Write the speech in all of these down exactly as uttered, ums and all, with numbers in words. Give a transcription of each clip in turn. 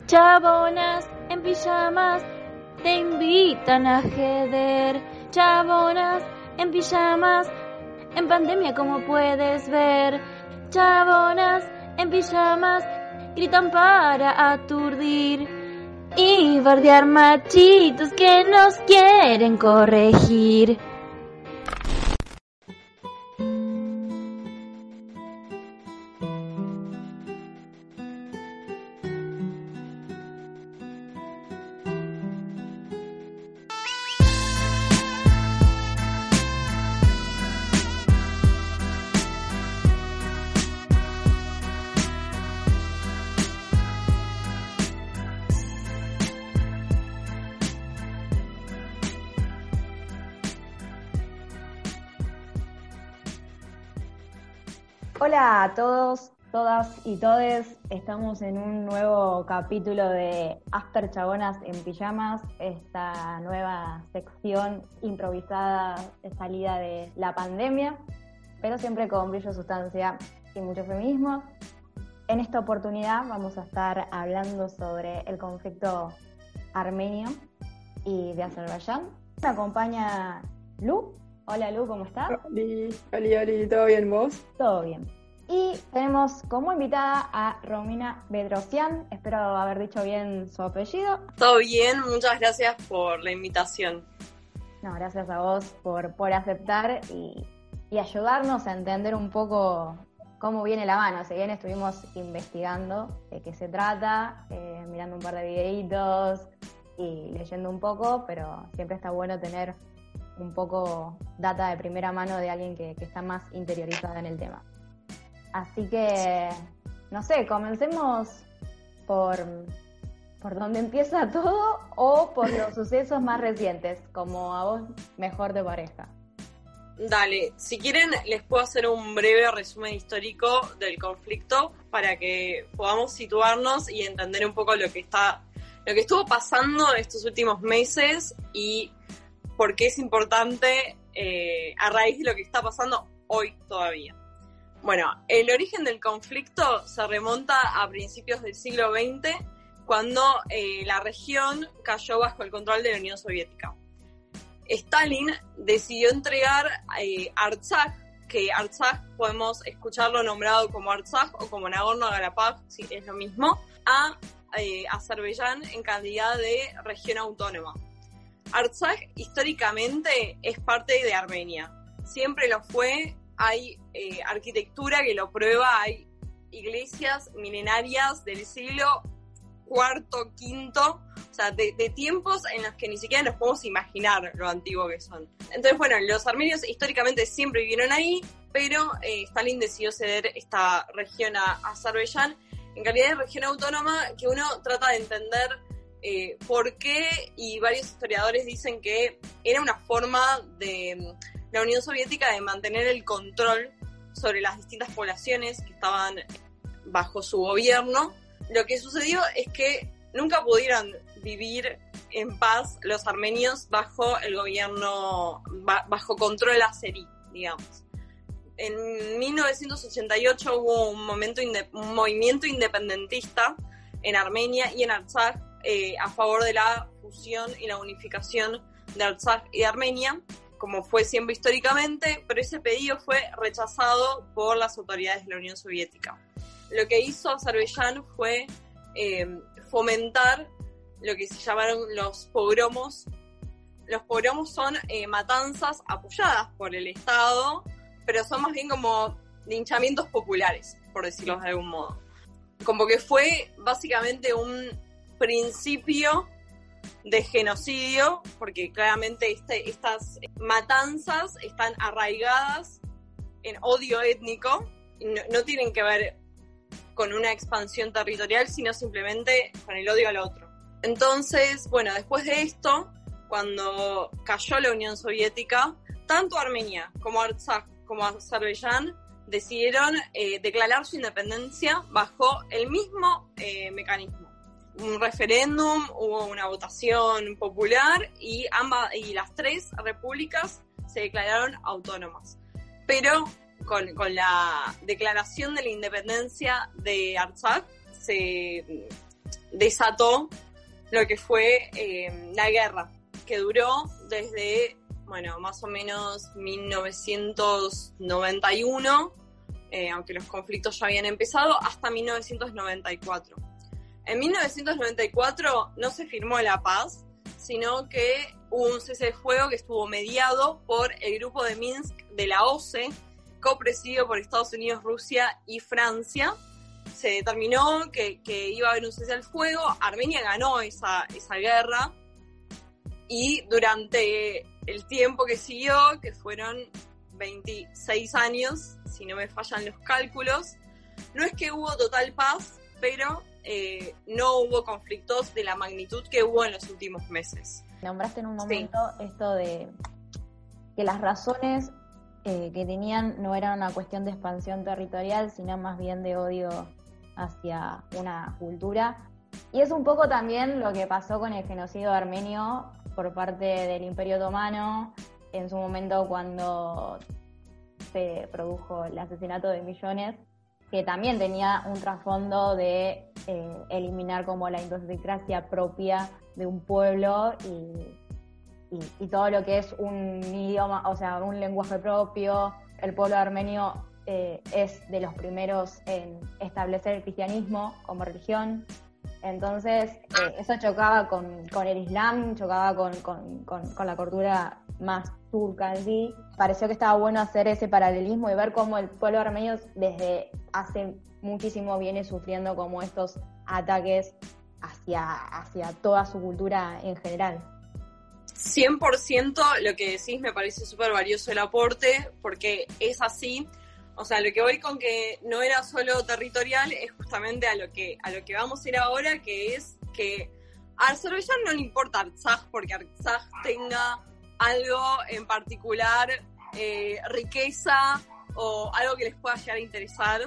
Chabonas en pijamas te invitan a jeder. Chabonas en pijamas, en pandemia como puedes ver. Chabonas en pijamas gritan para aturdir y bardear machitos que nos quieren corregir. Hola a todos, todas y todes. Estamos en un nuevo capítulo de After Chabonas en Pijamas, esta nueva sección improvisada de salida de la pandemia, pero siempre con brillo, sustancia y mucho feminismo. En esta oportunidad vamos a estar hablando sobre el conflicto armenio y de Azerbaiyán. Me acompaña Lu. Hola Lu, ¿cómo estás? Oli, oli, oli, ¿todo bien vos? Todo bien. Y tenemos como invitada a Romina Bedrosian, espero haber dicho bien su apellido. Todo bien, muchas gracias por la invitación. No, gracias a vos por, por aceptar y, y ayudarnos a entender un poco cómo viene la mano. Si bien estuvimos investigando de qué se trata, eh, mirando un par de videitos y leyendo un poco, pero siempre está bueno tener un poco data de primera mano de alguien que, que está más interiorizada en el tema. Así que, no sé, comencemos por, por donde empieza todo o por los sucesos más recientes, como a vos mejor te parezca. Dale, si quieren les puedo hacer un breve resumen histórico del conflicto para que podamos situarnos y entender un poco lo que está, lo que estuvo pasando estos últimos meses y por qué es importante eh, a raíz de lo que está pasando hoy todavía. Bueno, el origen del conflicto se remonta a principios del siglo veinte, cuando eh, la región cayó bajo el control de la Unión Soviética. Stalin decidió entregar eh, Artsaj, que Artsaj podemos escucharlo nombrado como Artsaj o como Nagorno-Karabaj, sí, es lo mismo, a eh, Azerbaiyán en calidad de región autónoma. Artsaj históricamente es parte de Armenia, siempre lo fue, hay eh, arquitectura que lo prueba, hay iglesias milenarias del siglo cuarto, quinto, o sea, de, de tiempos en los que ni siquiera nos podemos imaginar lo antiguo que son. Entonces, bueno, los armenios históricamente siempre vivieron ahí, pero eh, Stalin decidió ceder esta región a Azerbaiyán en calidad de región autónoma, que uno trata de entender eh, por qué, y varios historiadores dicen que era una forma de la Unión Soviética de mantener el control sobre las distintas poblaciones que estaban bajo su gobierno. Lo que sucedió es que nunca pudieron vivir en paz los armenios bajo el gobierno, bajo control azerí, digamos. En mil novecientos ochenta y ocho hubo un, momento inde- un movimiento independentista en Armenia y en Artsaj eh, a favor de la fusión y la unificación de Artsaj y de Armenia, como fue siempre históricamente, pero ese pedido fue rechazado por las autoridades de la Unión Soviética. Lo que hizo Azerbaiyán fue eh, fomentar lo que se llamaron los pogromos. Los pogromos son eh, matanzas apoyadas por el Estado, pero son más bien como linchamientos populares, por decirlo de algún modo. Como que fue básicamente un principio de genocidio, porque claramente este, estas matanzas están arraigadas en odio étnico, y no, no tienen que ver con una expansión territorial, sino simplemente con el odio al otro. Entonces, bueno, después de esto, cuando cayó la Unión Soviética, tanto Armenia como Artsaj como Azerbaiyán decidieron eh, declarar su independencia bajo el mismo eh, mecanismo. Un referéndum, hubo una votación popular y ambas y las tres repúblicas se declararon autónomas. Pero con, con la declaración de la independencia de Artsaj se desató lo que fue eh, la guerra, que duró desde, bueno, más o menos mil novecientos noventa y uno, eh, aunque los conflictos ya habían empezado, hasta mil novecientos noventa y cuatro. En mil novecientos noventa y cuatro no se firmó la paz, sino que hubo un cese de fuego que estuvo mediado por el grupo de Minsk de la O C E, copresidido por Estados Unidos, Rusia y Francia. Se determinó que, que iba a haber un cese al fuego. Armenia ganó esa, esa guerra y durante el tiempo que siguió, que fueron veintiséis años, si no me fallan los cálculos, no es que hubo total paz, pero eh, no hubo conflictos de la magnitud que hubo en los últimos meses. Nombraste en un momento sí. esto de que las razones eh, que tenían no eran una cuestión de expansión territorial, sino más bien de odio hacia una cultura. Y es un poco también lo que pasó con el genocidio armenio por parte del Imperio Otomano, en su momento cuando se produjo el asesinato de millones, que también tenía un trasfondo de eh, eliminar como la idiosincrasia propia de un pueblo y, y, y todo lo que es un idioma, o sea, un lenguaje propio. El pueblo armenio eh, es de los primeros en establecer el cristianismo como religión. Entonces, eh, eso chocaba con, con el Islam, chocaba con, con, con, con la cultura más turca en sí. Pareció que estaba bueno hacer ese paralelismo y ver cómo el pueblo armenio desde hace muchísimo viene sufriendo como estos ataques hacia, hacia toda su cultura en general. cien por ciento lo que decís me parece súper valioso el aporte, porque es así. O sea, lo que voy con que no era solo territorial es justamente a lo que a lo que vamos a ir ahora, que es que a Azerbaiyán no le importa Artsaj porque Artsaj tenga algo en particular, eh, riqueza o algo que les pueda llegar a interesar.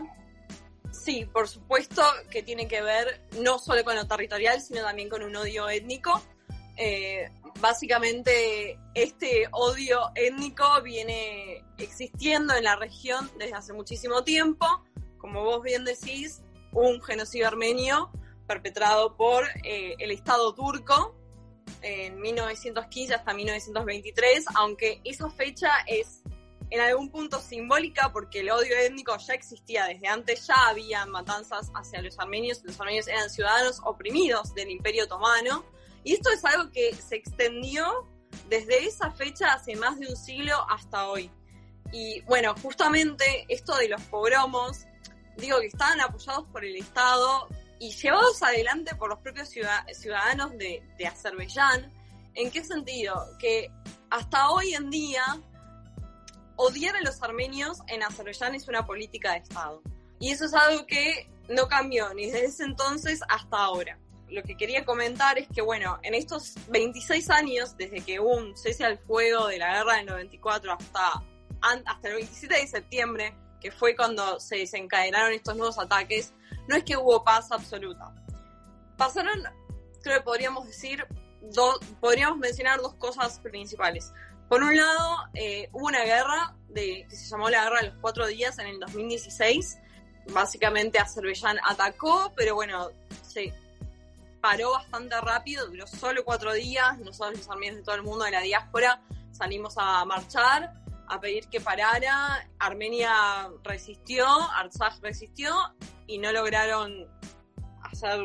Sí, por supuesto que tiene que ver no solo con lo territorial, sino también con un odio étnico. Eh, básicamente este odio étnico viene existiendo en la región desde hace muchísimo tiempo. Como vos bien decís, un genocidio armenio perpetrado por eh, el Estado turco en mil novecientos quince hasta mil novecientos veintitrés, aunque esa fecha es en algún punto simbólica porque el odio étnico ya existía desde antes, ya había matanzas hacia los armenios, los armenios eran ciudadanos oprimidos del Imperio Otomano. Y esto es algo que se extendió desde esa fecha hace más de un siglo hasta hoy. Y bueno, justamente esto de los pogromos, digo que estaban apoyados por el Estado y llevados adelante por los propios ciudadanos de, de Azerbaiyán. ¿En qué sentido? Que hasta hoy en día odiar a los armenios en Azerbaiyán es una política de Estado. Y eso es algo que no cambió ni desde ese entonces hasta ahora. Lo que quería comentar es que, bueno, en estos veintiséis años, desde que hubo un cese al fuego de la guerra del noventa y cuatro hasta, hasta el veintisiete de septiembre, que fue cuando se desencadenaron estos nuevos ataques, no es que hubo paz absoluta. Pasaron, creo que podríamos decir, do, podríamos mencionar dos cosas principales. Por un lado, eh, hubo una guerra de, que se llamó la Guerra de los Cuatro Días en el dos mil dieciséis. Básicamente Azerbaiyán atacó, pero bueno, se paró bastante rápido, duró solo cuatro días. Nosotros, los armenios de todo el mundo de la diáspora, salimos a marchar, a pedir que parara. Armenia resistió, Artsaj resistió y no lograron hacer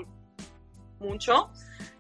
mucho.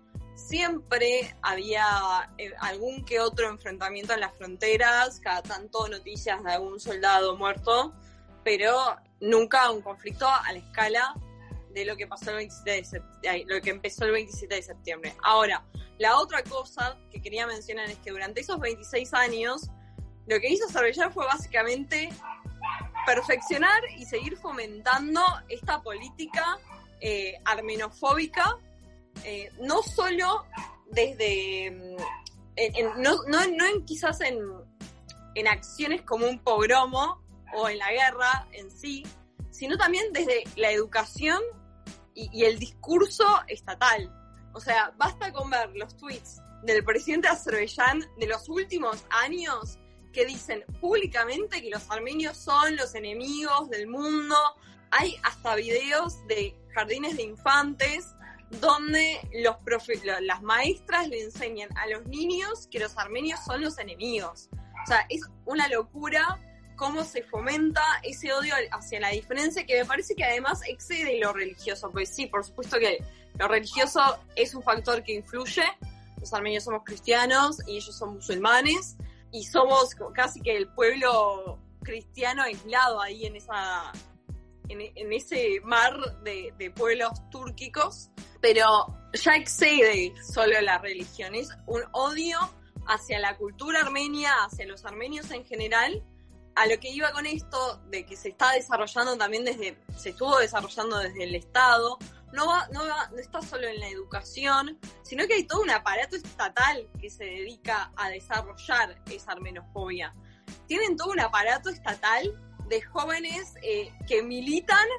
Siempre había eh, algún que otro enfrentamiento en las fronteras, cada tanto noticias de algún soldado muerto, pero nunca un conflicto a la escala de lo que pasó el veintisiete de septiembre, lo que empezó el veintisiete de septiembre. Ahora, la otra cosa que quería mencionar es que durante esos veintiséis años, lo que hizo Azerbaiyán fue básicamente perfeccionar y seguir fomentando esta política eh, armenofóbica, eh, no solo desde, en, en, no, no, no en, quizás en, en acciones como un pogromo o en la guerra en sí, sino también desde la educación y, y el discurso estatal. O sea, basta con ver los tweets del presidente de Azerbaiyán de los últimos años que dicen públicamente que los armenios son los enemigos del mundo. Hay hasta videos de jardines de infantes donde los profe- las maestras le enseñan a los niños que los armenios son los enemigos. O sea, es una locura cómo se fomenta ese odio hacia la diferencia, que me parece que además excede lo religioso. Pues sí, por supuesto que lo religioso es un factor que influye. Los armenios somos cristianos y ellos son musulmanes, y somos casi que el pueblo cristiano aislado ahí en esa en, en ese mar de, de pueblos túrquicos, pero ya excede solo la religión, es un odio hacia la cultura armenia, hacia los armenios en general. A lo que iba con esto, de que se está desarrollando también desde, se estuvo desarrollando desde el Estado, no va, no va, no está solo en la educación, sino que hay todo un aparato estatal que se dedica a desarrollar esa armenofobia. Tienen todo un aparato estatal de jóvenes eh, que militan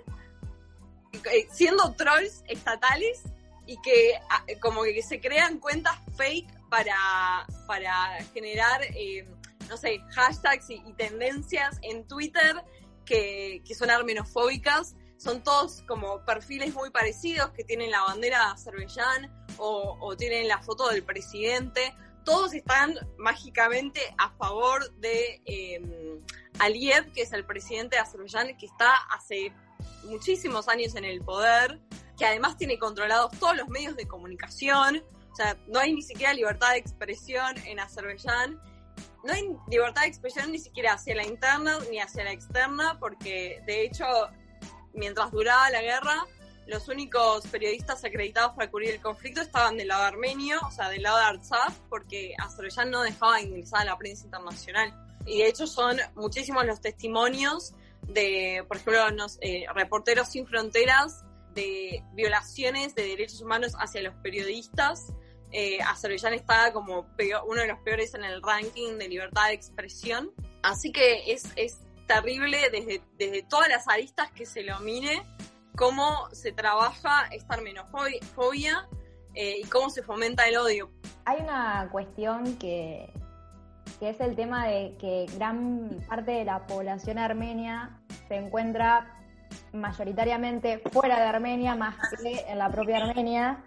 eh, siendo trolls estatales y que eh, como que se crean cuentas fake para, para generar... Eh, no sé, hashtags y, y tendencias en Twitter que, que son armenofóbicas. Son todos como perfiles muy parecidos, que tienen la bandera de Azerbaiyán o, o tienen la foto del presidente. Todos están mágicamente a favor de eh, Aliyev, que es el presidente de Azerbaiyán, que está hace muchísimos años en el poder, que además tiene controlados todos los medios de comunicación. O sea, no hay ni siquiera libertad de expresión en Azerbaiyán. No hay libertad de expresión ni siquiera hacia la interna ni hacia la externa, porque de hecho, mientras duraba la guerra, los únicos periodistas acreditados para cubrir el conflicto estaban del lado armenio, o sea, del lado de Artsakh, porque Azerbaiyán no dejaba ingresar a la prensa internacional. Y de hecho son muchísimos los testimonios de, por ejemplo, los, eh, Reporteros Sin Fronteras, de violaciones de derechos humanos hacia los periodistas. Eh, Azerbaiyán está como peor, uno de los peores en el ranking de libertad de expresión, así que es, es terrible desde, desde todas las aristas que se lo mire cómo se trabaja esta armenofobia eh, y cómo se fomenta el odio. Hay una cuestión que, que es el tema de que gran parte de la población armenia se encuentra mayoritariamente fuera de Armenia más que en la propia Armenia.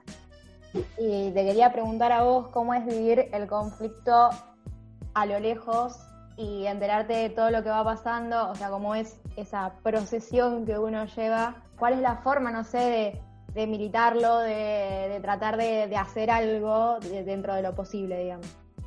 Y te quería preguntar a vos cómo es vivir el conflicto a lo lejos y enterarte de todo lo que va pasando, o sea, cómo es esa procesión que uno lleva, cuál es la forma, no sé, de, de militarlo, de, de tratar de, de hacer algo de, dentro de lo posible, digamos.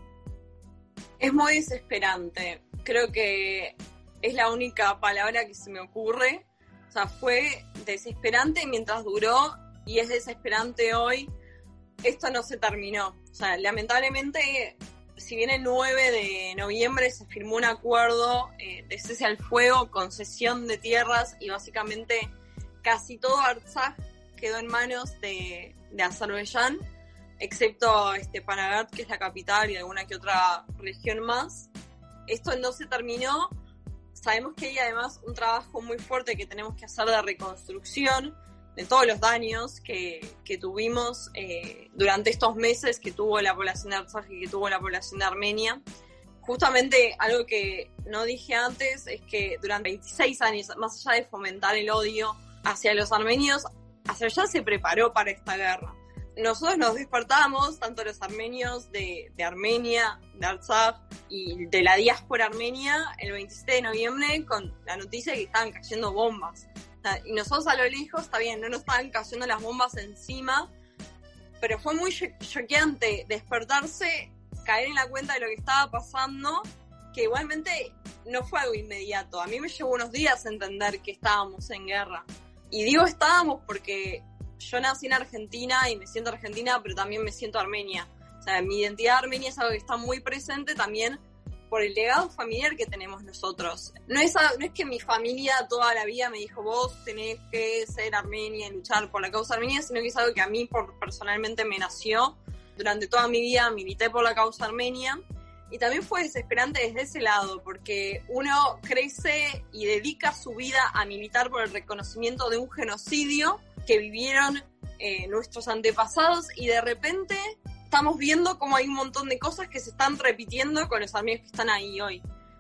Es muy desesperante, creo que es la única palabra que se me ocurre. O sea, fue desesperante mientras duró y es desesperante hoy. Esto no se terminó. O sea, lamentablemente, si bien el nueve de noviembre se firmó un acuerdo eh, de cese al fuego, concesión de tierras y básicamente casi todo Artsakh quedó en manos de, de Azerbaiyán, excepto este, Panagat, que es la capital, y alguna que otra región más. Esto no se terminó. Sabemos que hay además un trabajo muy fuerte que tenemos que hacer de reconstrucción de todos los daños que, que tuvimos eh, durante estos meses que tuvo la población de Artsakh y que tuvo la población de Armenia. Justamente algo que no dije antes es que durante veintiséis años, más allá de fomentar el odio hacia los armenios, Azerbaiyán se preparó para esta guerra. Nosotros nos despertamos, tanto los armenios de, de Armenia, de Artsakh y de la diáspora armenia, el veintisiete de noviembre con la noticia de que estaban cayendo bombas. Y nosotros a lo lejos, está bien, no nos estaban cayendo las bombas encima, pero fue muy choqueante despertarse, caer en la cuenta de lo que estaba pasando, que igualmente no fue algo inmediato. A mí me llevó unos días entender que estábamos en guerra. Y digo estábamos porque yo nací en Argentina y me siento argentina, pero también me siento armenia. O sea, mi identidad armenia es algo que está muy presente también por el legado familiar que tenemos nosotros. No es, no es que mi familia toda la vida me dijo, vos tenés que ser armenia y luchar por la causa armenia, sino que es algo que a mí por, personalmente me nació. Durante toda mi vida milité por la causa armenia y también fue desesperante desde ese lado, porque uno crece y dedica su vida a militar por el reconocimiento de un genocidio que vivieron eh, nuestros antepasados, y de repente estamos viendo cómo hay un montón de cosas que se están repitiendo con los armenios que están ahí hoy.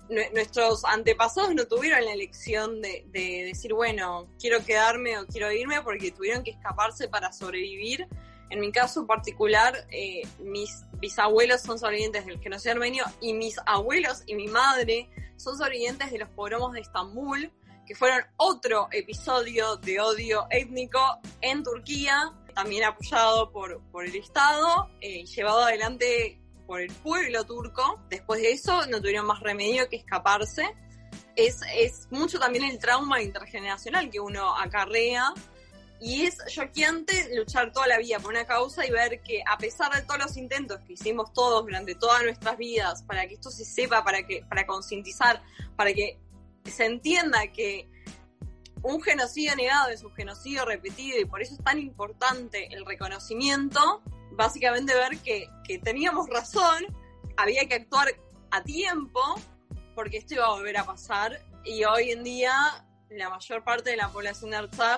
nuestros antepasados no tuvieron la elección de, de decir, bueno, quiero quedarme o quiero irme, porque tuvieron que escaparse para sobrevivir. En mi caso particular, eh, mis bisabuelos son sobrevivientes del genocidio armenio y mis abuelos y mi madre son sobrevivientes de los pogromos de Estambul, que fueron otro episodio de odio étnico en Turquía, también apoyado por, por el Estado, eh, llevado adelante por el pueblo turco. Después de eso no tuvieron más remedio que escaparse. Es, es mucho también el trauma intergeneracional que uno acarrea, y es choqueante luchar toda la vida por una causa y ver que, a pesar de todos los intentos que hicimos todos durante todas nuestras vidas para que esto se sepa, para que para concientizar, para que se entienda que un genocidio negado es un genocidio repetido, y por eso es tan importante el reconocimiento, básicamente ver que, que teníamos razón, había que actuar a tiempo, porque esto iba a volver a pasar, y hoy en día la mayor parte de la población de Artsaj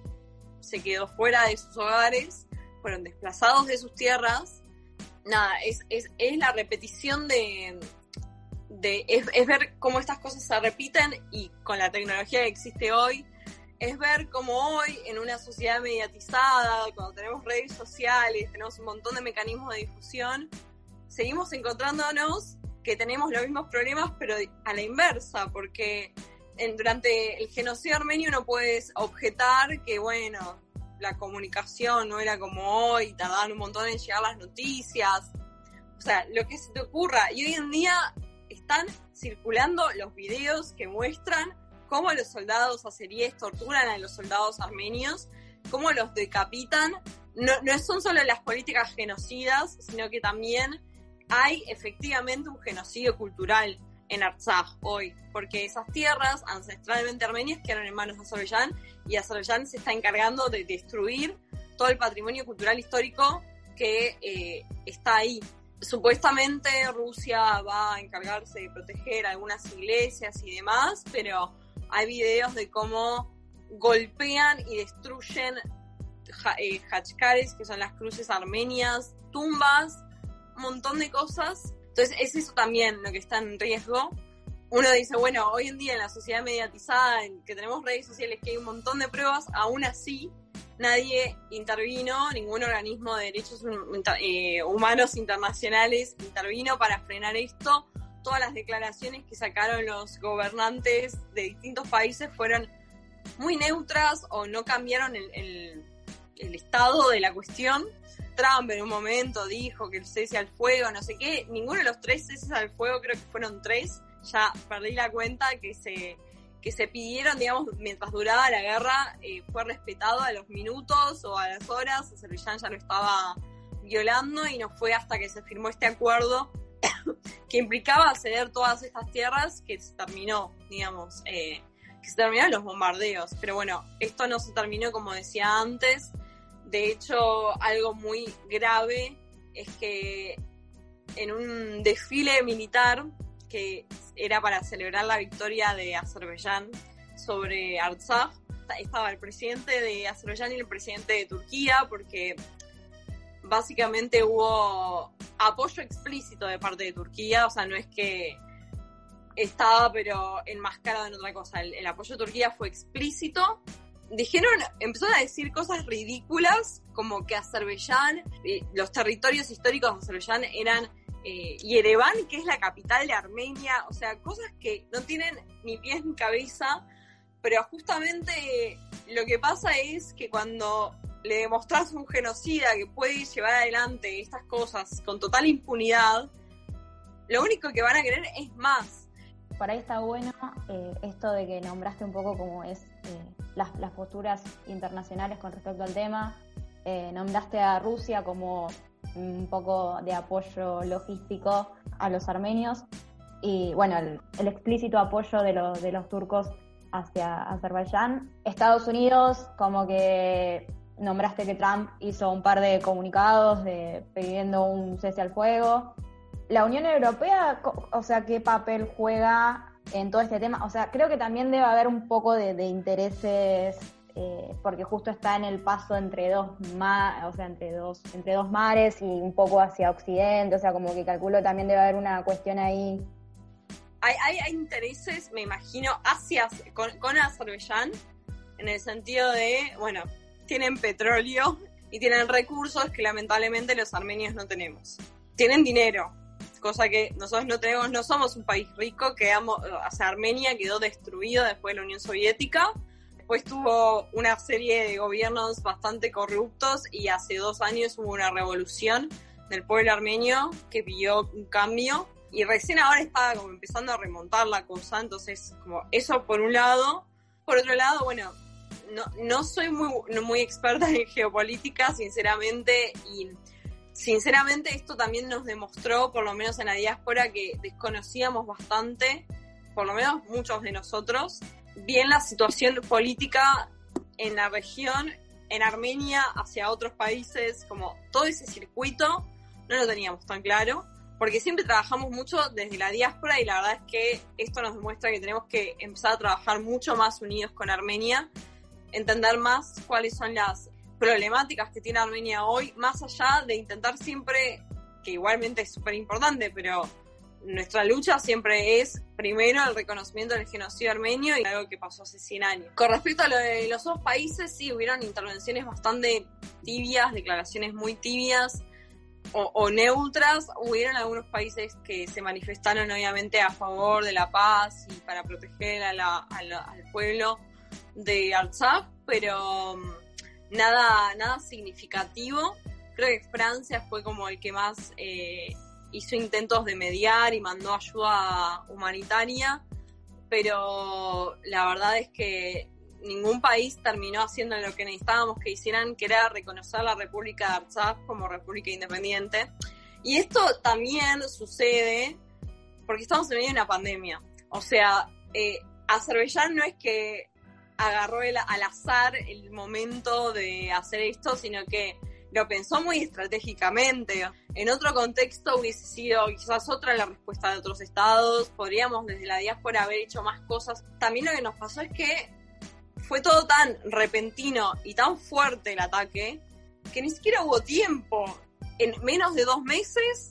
se quedó fuera de sus hogares, fueron desplazados de sus tierras. Nada, es, es, es la repetición de... de es, es ver cómo estas cosas se repiten, y con la tecnología que existe hoy, es ver cómo hoy, en una sociedad mediatizada, cuando tenemos redes sociales, tenemos un montón de mecanismos de difusión, seguimos encontrándonos que tenemos los mismos problemas, pero a la inversa, porque en, durante el genocidio armenio no puedes objetar que, bueno, la comunicación no era como hoy, tardaban un montón en llegar las noticias, o sea, lo que se te ocurra. Y hoy en día están circulando los videos que muestran cómo los soldados azeríes torturan a los soldados armenios, cómo los decapitan. No, no son solo las políticas genocidas, sino que también hay efectivamente un genocidio cultural en Artsaj hoy, porque esas tierras ancestralmente armenias quedaron en manos de Azerbaiyán, y Azerbaiyán se está encargando de destruir todo el patrimonio cultural histórico que eh, está ahí. Supuestamente Rusia va a encargarse de proteger algunas iglesias y demás, pero hay videos de cómo golpean y destruyen eh, hachkares, que son las cruces armenias, tumbas, un montón de cosas. Entonces es eso también lo que está en riesgo. Uno dice, bueno, hoy en día en la sociedad mediatizada, en que tenemos redes sociales, que hay un montón de pruebas, aún así nadie intervino, ningún organismo de derechos eh, humanos internacionales intervino para frenar esto. Todas las declaraciones que sacaron los gobernantes de distintos países fueron muy neutras o no cambiaron el, el, el estado de la cuestión. Trump en un momento dijo que el cese al fuego, no sé qué. Ninguno de los tres ceses al fuego, creo que fueron tres, ya perdí la cuenta, que se, que se pidieron, digamos, mientras duraba la guerra, eh, fue respetado a los minutos o a las horas. Azerbaiyán ya lo estaba violando, y no fue hasta que se firmó este acuerdo que implicaba ceder todas estas tierras que se terminó, digamos, eh, que se terminaron los bombardeos. Pero bueno, esto no se terminó, como decía antes. De hecho, algo muy grave es que en un desfile militar que era para celebrar la victoria de Azerbaiyán sobre Artsaj, estaba el presidente de Azerbaiyán y el presidente de Turquía, porque básicamente hubo apoyo explícito de parte de Turquía. O sea, no es que estaba pero enmascarado en otra cosa, el, el apoyo de Turquía fue explícito. Dijeron, empezaron a decir cosas ridículas, como que Azerbaiyán, eh, los territorios históricos de Azerbaiyán eran eh, Yerevan, que es la capital de Armenia, o sea, cosas que no tienen ni pies ni cabeza. Pero justamente lo que pasa es que cuando le demostrás a un genocida que puede llevar adelante estas cosas con total impunidad, lo único que van a querer es más. Por ahí está bueno eh, esto de que nombraste un poco cómo es eh, las, las posturas internacionales con respecto al tema. Eh, nombraste a Rusia como un poco de apoyo logístico a los armenios, y bueno, el, el explícito apoyo de, lo, de los turcos hacia Azerbaiyán. Estados Unidos, como que nombraste que Trump hizo un par de comunicados de, pidiendo un cese al fuego. La Unión Europea, o sea, ¿qué papel juega en todo este tema? O sea, creo que también debe haber un poco de, de intereses, eh, porque justo está en el paso entre dos ma- o sea, entre dos, entre dos mares y un poco hacia Occidente, o sea, como que calculo también debe haber una cuestión ahí. hay, hay, hay intereses, me imagino, hacia, con, con Azerbaiyán, en el sentido de, bueno, tienen petróleo y tienen recursos que lamentablemente los armenios no tenemos. Tienen dinero, cosa que nosotros no tenemos, no somos un país rico, quedamos, o sea, Armenia quedó destruido después de la Unión Soviética, después tuvo una serie de gobiernos bastante corruptos y hace dos años hubo una revolución del pueblo armenio que pidió un cambio y recién ahora está como empezando a remontar la cosa, entonces como eso por un lado. Por otro lado, bueno, no, no soy muy, no muy experta en geopolítica, sinceramente, y sinceramente esto también nos demostró, por lo menos en la diáspora, que desconocíamos bastante, por lo menos muchos de nosotros, bien la situación política en la región, en Armenia, hacia otros países, como todo ese circuito, no lo teníamos tan claro, porque siempre trabajamos mucho desde la diáspora y la verdad es que esto nos demuestra que tenemos que empezar a trabajar mucho más unidos con Armenia, entender más cuáles son las problemáticas que tiene Armenia hoy, más allá de intentar siempre, que igualmente es súper importante, pero nuestra lucha siempre es, primero, el reconocimiento del genocidio armenio y algo que pasó hace cien años. Con respecto a lo de los dos países, sí, hubieron intervenciones bastante tibias, declaraciones muy tibias o, o neutras. Hubieron algunos países que se manifestaron, obviamente, a favor de la paz y para proteger a la, a la, al pueblo de Artsakh, pero nada, nada significativo. Creo que Francia fue como el que más eh, hizo intentos de mediar y mandó ayuda humanitaria, pero la verdad es que ningún país terminó haciendo lo que necesitábamos que hicieran, que era reconocer la República de Artsakh como república independiente. Y esto también sucede porque estamos en medio de una pandemia. O sea, eh, Azerbaiyán no es que agarró el, al azar el momento de hacer esto, sino que lo pensó muy estratégicamente. En otro contexto hubiese sido quizás otra la respuesta de otros estados, podríamos desde la diáspora haber hecho más cosas. También lo que nos pasó es que fue todo tan repentino y tan fuerte el ataque que ni siquiera hubo tiempo. En menos de dos meses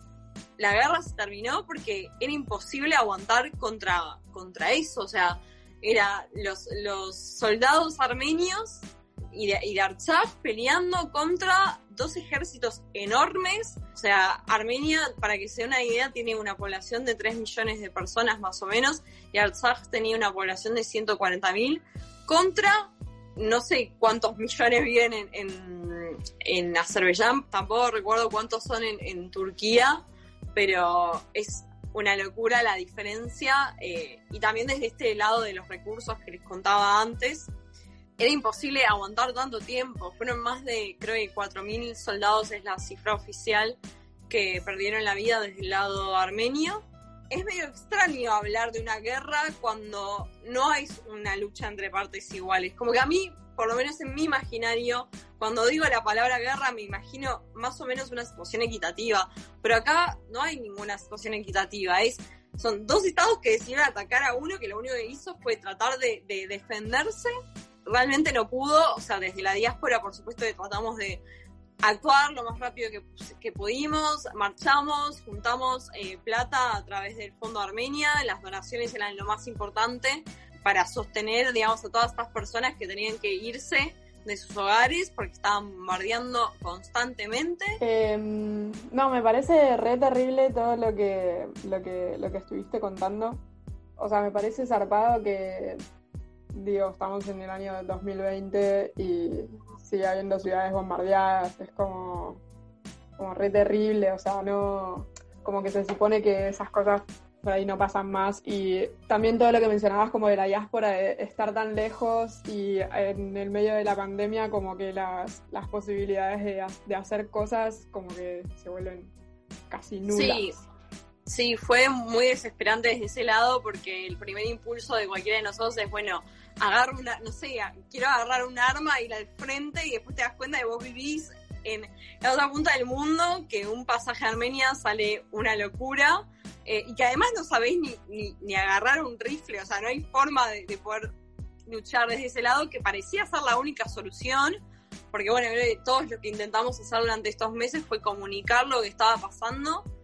la guerra se terminó porque era imposible aguantar contra, contra eso. O sea, era los, los soldados armenios y de, y de Artsakh peleando contra dos ejércitos enormes. O sea, Armenia, para que se dé una idea, tiene una población de tres millones de personas más o menos, y Artsakh tenía una población de ciento cuarenta mil, contra no sé cuántos millones viven en, en, en Azerbaiyán, tampoco recuerdo cuántos son en, en Turquía, pero es una locura la diferencia, eh, y también desde este lado de los recursos que les contaba antes, era imposible aguantar tanto tiempo. Fueron más de, creo que cuatro mil soldados es la cifra oficial que perdieron la vida desde el lado armenio. Es medio extraño hablar de una guerra cuando no hay una lucha entre partes iguales. Como que a mí, por lo menos en mi imaginario, cuando digo la palabra guerra me imagino más o menos una situación equitativa, pero acá no hay ninguna situación equitativa. Es, son dos estados que decidieron atacar a uno que lo único que hizo fue tratar de, de defenderse. Realmente no pudo, o sea, desde la diáspora por supuesto que tratamos de actuar lo más rápido que, que pudimos, marchamos, juntamos eh, plata a través del Fondo Armenia, las donaciones eran lo más importante para sostener, digamos, a todas estas personas que tenían que irse de sus hogares porque estaban bombardeando constantemente. Eh, no, me parece re terrible todo lo que, lo que, lo que estuviste contando. O sea, me parece zarpado que, digo, estamos en el año dos mil veinte y sigue habiendo ciudades bombardeadas, es como, como re terrible, o sea, no, como que se supone que esas cosas por ahí no pasan más. Y también todo lo que mencionabas como de la diáspora, de estar tan lejos y en el medio de la pandemia como que las, las posibilidades de, de hacer cosas como que se vuelven casi nulas. Sí. Sí, fue muy desesperante desde ese lado porque el primer impulso de cualquiera de nosotros es, bueno, agarro una, no sé, quiero agarrar un arma, ir al frente y después te das cuenta de que vos vivís en la otra punta del mundo, que un pasaje a Armenia sale una locura, eh, y que además no sabés ni, ni, ni agarrar un rifle, o sea, no hay forma de, de poder luchar desde ese lado, que parecía ser la única solución, porque bueno, todos lo que intentamos hacer durante estos meses fue comunicar lo que estaba pasando.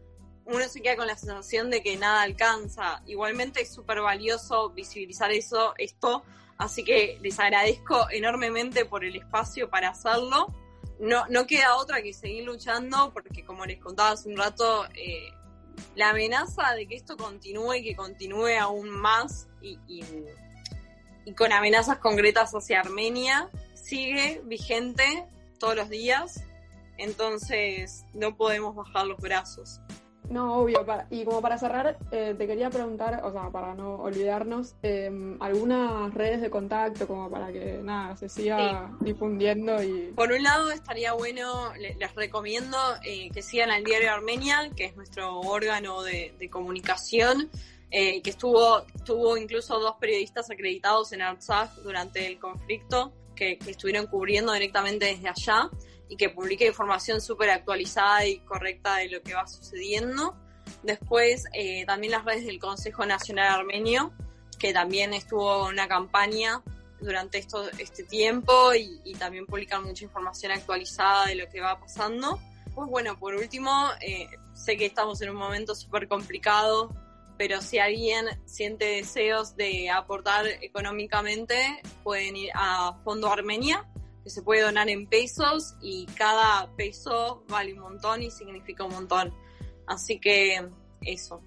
uno se queda con la sensación de que nada alcanza. Igualmente es súper valioso visibilizar eso, esto, así que les agradezco enormemente por el espacio para hacerlo. No, no queda otra que seguir luchando, porque como les contaba hace un rato, eh, la amenaza de que esto continúe y que continúe aún más y, y, y con amenazas concretas hacia Armenia sigue vigente todos los días, entonces no podemos bajar los brazos. No, obvio. Para, y como para cerrar, eh, te quería preguntar, o sea, para no olvidarnos, eh, algunas redes de contacto como para que, nada, se siga sí. difundiendo y... Por un lado, estaría bueno, les, les recomiendo eh, que sigan al Diario Armenia, que es nuestro órgano de, de comunicación, eh, que estuvo, tuvo incluso dos periodistas acreditados en Artsakh durante el conflicto, que, que estuvieron cubriendo directamente desde allá, y que publique información súper actualizada y correcta de lo que va sucediendo. Después, eh, también las redes del Consejo Nacional Armenio, que también estuvo en una campaña durante esto, este tiempo y, y también publican mucha información actualizada de lo que va pasando. Pues bueno, por último, eh, sé que estamos en un momento súper complicado, pero si alguien siente deseos de aportar económicamente, pueden ir a Fondo Armenia, que se puede donar en pesos y cada peso vale un montón y significa un montón. Así que eso.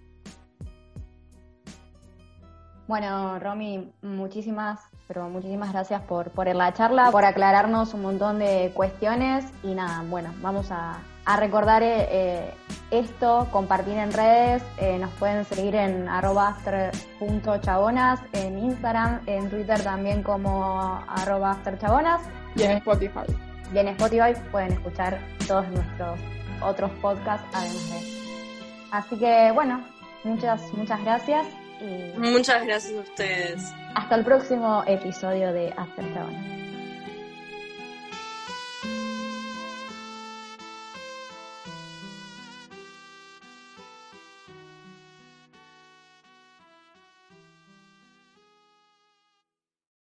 Bueno, Romy, muchísimas, pero muchísimas gracias por, por la charla, por aclararnos un montón de cuestiones y nada, bueno, vamos a, a recordar eh, esto, compartir en redes, eh, nos pueden seguir en arroba after punto chabonas, en Instagram, en Twitter también como arroba afterchabonas. Y en Spotify. Y en Spotify pueden escuchar todos nuestros otros podcasts además de eso. Así que bueno, muchas, muchas gracias. Y muchas gracias a ustedes. Hasta el próximo episodio de After Chabonas.